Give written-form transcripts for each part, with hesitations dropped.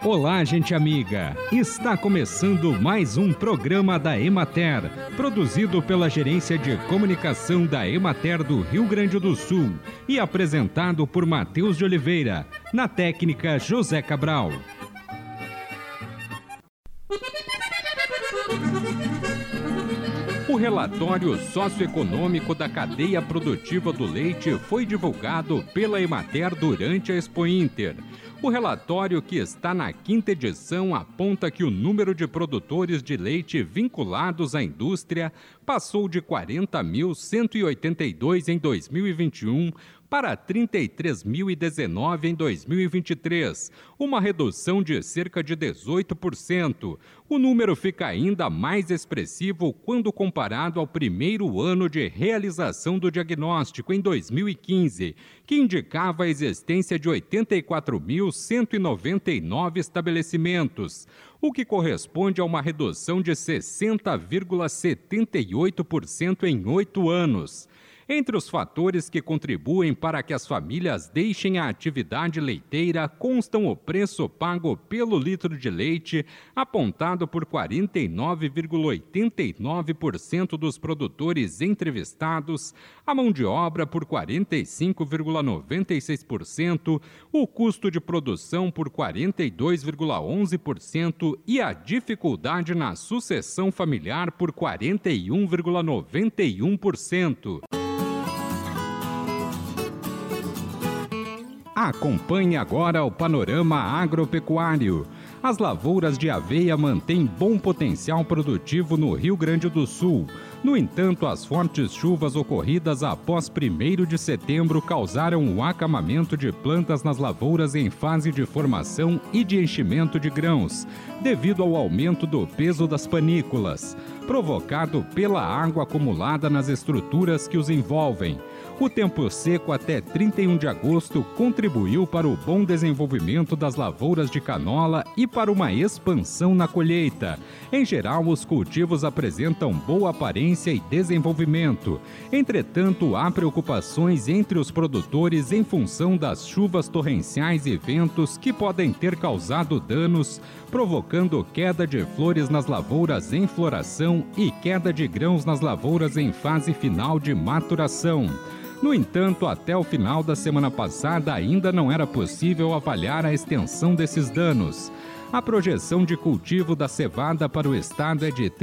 Olá, gente amiga! Está começando mais um programa da Emater, produzido pela Gerência de Comunicação da Emater do Rio Grande do Sul e apresentado por Matheus de Oliveira, na técnica José Cabral. O relatório socioeconômico da cadeia produtiva do leite foi divulgado pela Emater durante a Expo Inter. O relatório, que está na 5ª edição, aponta que o número de produtores de leite vinculados à indústria passou de 40.182 em 2021 para 33.019 em 2023, uma redução de cerca de 18%. O número fica ainda mais expressivo quando comparado ao primeiro ano de realização do diagnóstico, em 2015, que indicava a existência de 84.199 estabelecimentos, o que corresponde a uma redução de 60,78% em 8 anos. Entre os fatores que contribuem para que as famílias deixem a atividade leiteira constam o preço pago pelo litro de leite, apontado por 49,89% dos produtores entrevistados, a mão de obra por 45,96%, o custo de produção por 42,11% e a dificuldade na sucessão familiar por 41,91%. Acompanhe agora o panorama agropecuário. As lavouras de aveia mantêm bom potencial produtivo no Rio Grande do Sul. No entanto, as fortes chuvas ocorridas após 1º de setembro causaram o acamamento de plantas nas lavouras em fase de formação e de enchimento de grãos, devido ao aumento do peso das panículas, provocado pela água acumulada nas estruturas que os envolvem. O tempo seco até 31 de agosto contribuiu para o bom desenvolvimento das lavouras de canola e para uma expansão na colheita. Em geral, os cultivos apresentam boa aparência e desenvolvimento. Entretanto, há preocupações entre os produtores em função das chuvas torrenciais e ventos que podem ter causado danos, provocando queda de flores nas lavouras em floração e queda de grãos nas lavouras em fase final de maturação. No entanto, até o final da semana passada ainda não era possível avaliar a extensão desses danos. A projeção de cultivo da cevada para o estado é de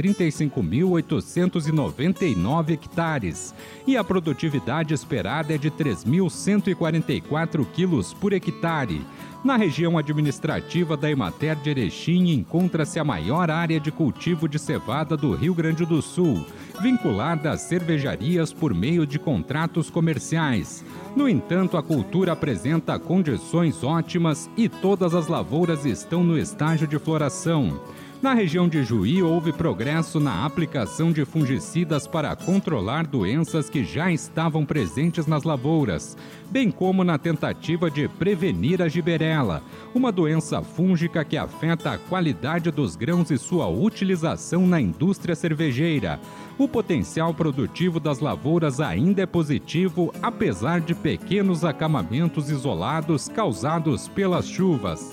35.899 hectares e a produtividade esperada é de 3.144 quilos por hectare. Na região administrativa da Emater de Erechim encontra-se a maior área de cultivo de cevada do Rio Grande do Sul, vinculada às cervejarias por meio de contratos comerciais. No entanto, a cultura apresenta condições ótimas e todas as lavouras estão no estágio de floração. Na região de Juí, houve progresso na aplicação de fungicidas para controlar doenças que já estavam presentes nas lavouras, bem como na tentativa de prevenir a giberela, uma doença fúngica que afeta a qualidade dos grãos e sua utilização na indústria cervejeira. O potencial produtivo das lavouras ainda é positivo, apesar de pequenos acamamentos isolados causados pelas chuvas.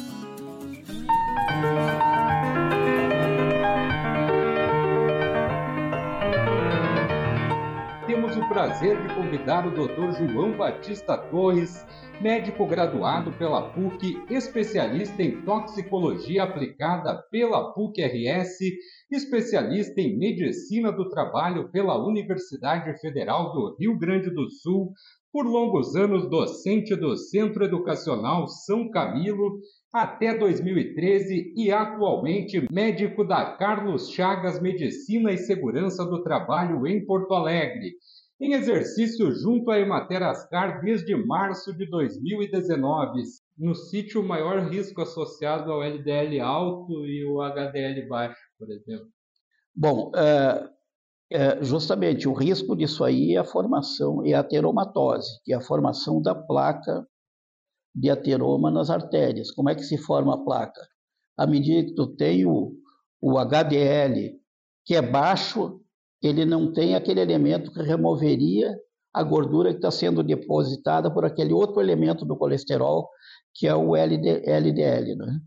Temos o prazer de convidar o Dr. João Batista Torres, médico graduado pela PUC, especialista em toxicologia aplicada pela PUC-RS, especialista em medicina do trabalho pela Universidade Federal do Rio Grande do Sul, por longos anos docente do Centro Educacional São Camilo, até 2013 e atualmente médico da Carlos Chagas Medicina e Segurança do Trabalho em Porto Alegre, em exercício junto à Emater Ascar desde março de 2019. No sítio, o maior risco associado ao LDL alto e o HDL baixo, por exemplo? Bom, justamente o risco disso aí é a formação, é a ateromatose, que é a formação da placa de ateroma nas artérias. Como é que se forma a placa? À medida que tu tem o HDL, que é baixo, ele não tem aquele elemento que removeria a gordura que está sendo depositada por aquele outro elemento do colesterol, que é o LDL, né?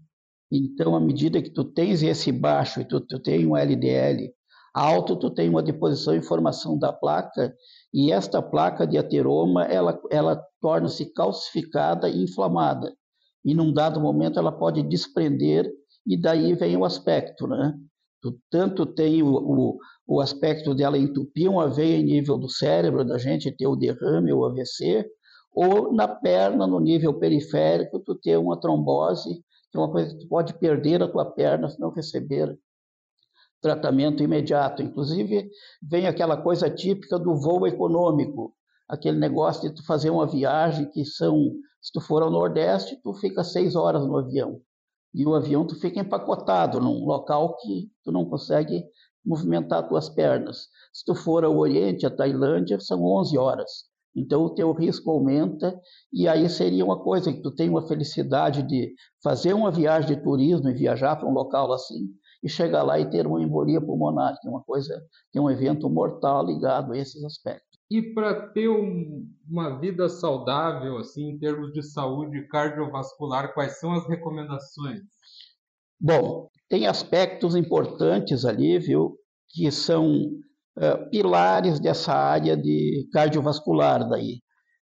Então, à medida que tu tens esse baixo e tu tem um LDL alto, tu tem uma deposição e formação da placa, e esta placa de ateroma, ela torna-se calcificada e inflamada. E num dado momento ela pode desprender, e daí vem o aspecto, né? Tu tanto tem o aspecto dela entupir uma veia em nível do cérebro, da gente ter o derrame ou AVC, ou na perna, no nível periférico, tu ter uma trombose, que é uma coisa que tu pode perder a tua perna se não receber tratamento imediato. Inclusive, vem aquela coisa típica do voo econômico, aquele negócio de tu fazer uma viagem que se tu for ao Nordeste, tu fica 6 horas no avião. E o avião tu fica empacotado num local que tu não consegue movimentar tuas pernas. Se tu for ao Oriente, a Tailândia, são 11 horas. Então o teu risco aumenta, e aí seria uma coisa que tu tem uma felicidade de fazer uma viagem de turismo e viajar para um local assim, e chegar lá e ter uma embolia pulmonar, que é uma coisa, que é um evento mortal ligado a esses aspectos. E para ter uma vida saudável, assim, em termos de saúde cardiovascular, quais são as recomendações? Bom, tem aspectos importantes ali, viu, que são pilares dessa área de cardiovascular daí.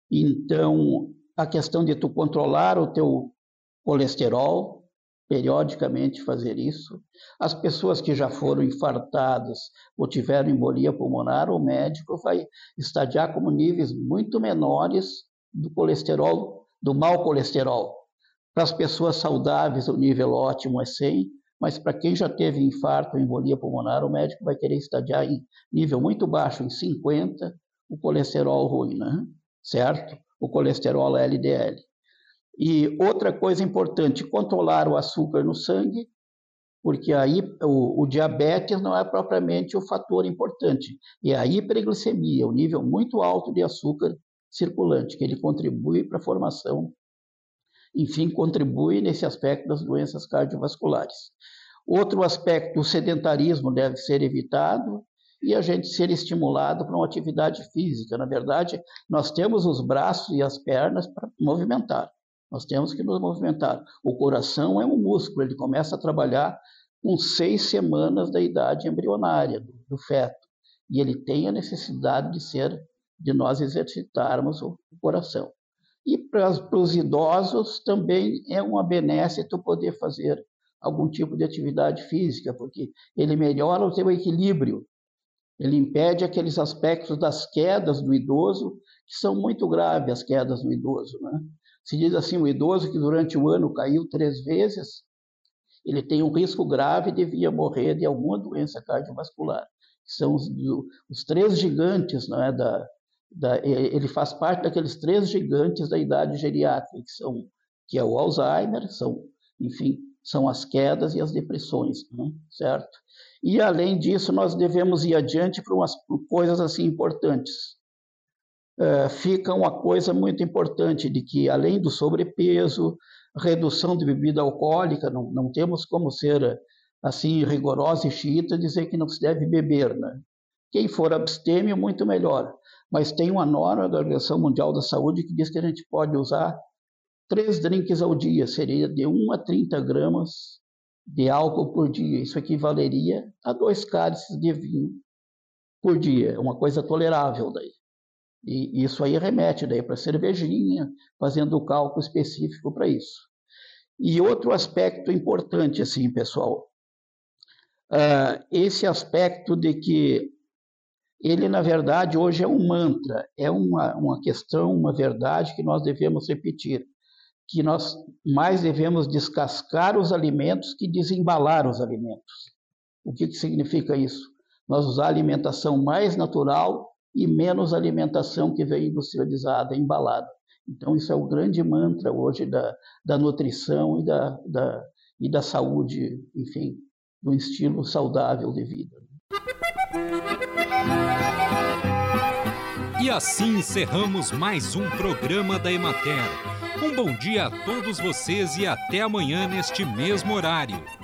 Então, a questão de tu controlar o teu colesterol, periodicamente fazer isso. As pessoas que já foram infartadas ou tiveram embolia pulmonar, o médico vai estadiar como níveis muito menores do colesterol, do mau colesterol. Para as pessoas saudáveis, o nível ótimo é 100, mas para quem já teve infarto ou embolia pulmonar, o médico vai querer estadiar em nível muito baixo, em 50, o colesterol ruim, né? Certo? O colesterol LDL. E outra coisa importante, controlar o açúcar no sangue, porque aí o diabetes não é propriamente o fator importante, é a hiperglicemia, o nível muito alto de açúcar circulante, que ele contribui para a formação, enfim, contribui nesse aspecto das doenças cardiovasculares. Outro aspecto, o sedentarismo deve ser evitado e a gente ser estimulado para uma atividade física. Na verdade, nós temos os braços e as pernas para movimentar. Nós temos que nos movimentar. O coração é um músculo, ele começa a trabalhar com 6 semanas da idade embrionária do feto. E ele tem a necessidade de nós exercitarmos o coração. E para os idosos também é uma benesse tu poder fazer algum tipo de atividade física, porque ele melhora o teu equilíbrio. Ele impede aqueles aspectos das quedas do idoso, que são muito graves, as quedas do idoso, né? Se diz assim, o idoso que durante o ano caiu 3 vezes, ele tem um risco grave de vir a morrer de alguma doença cardiovascular. São os 3 gigantes, não é, ele faz parte daqueles 3 gigantes da idade geriátrica, que é o Alzheimer, são as quedas e as depressões, né, certo? E, além disso, nós devemos ir adiante por coisas assim importantes. Fica uma coisa muito importante de que, além do sobrepeso, redução de bebida alcoólica, não temos como ser assim rigoroso e xiita dizer que não se deve beber, né? Quem for abstêmio, muito melhor. Mas tem uma norma da Organização Mundial da Saúde que diz que a gente pode usar 3 drinks ao dia, seria de 1 a 30 gramas de álcool por dia. Isso equivaleria a 2 cálices de vinho por dia. É uma coisa tolerável daí. E isso aí remete daí para cervejinha, fazendo o cálculo específico para isso. E outro aspecto importante, assim, pessoal, esse aspecto de que ele, na verdade, hoje é um mantra, é uma questão, uma verdade que nós devemos repetir, que nós mais devemos descascar os alimentos que desembalar os alimentos. O que significa isso? Nós usar alimentação mais natural e menos alimentação que vem industrializada, embalada. Então, isso é o grande mantra hoje da nutrição e da saúde, enfim, do estilo saudável de vida. E assim encerramos mais um programa da Emater. Um bom dia a todos vocês e até amanhã neste mesmo horário.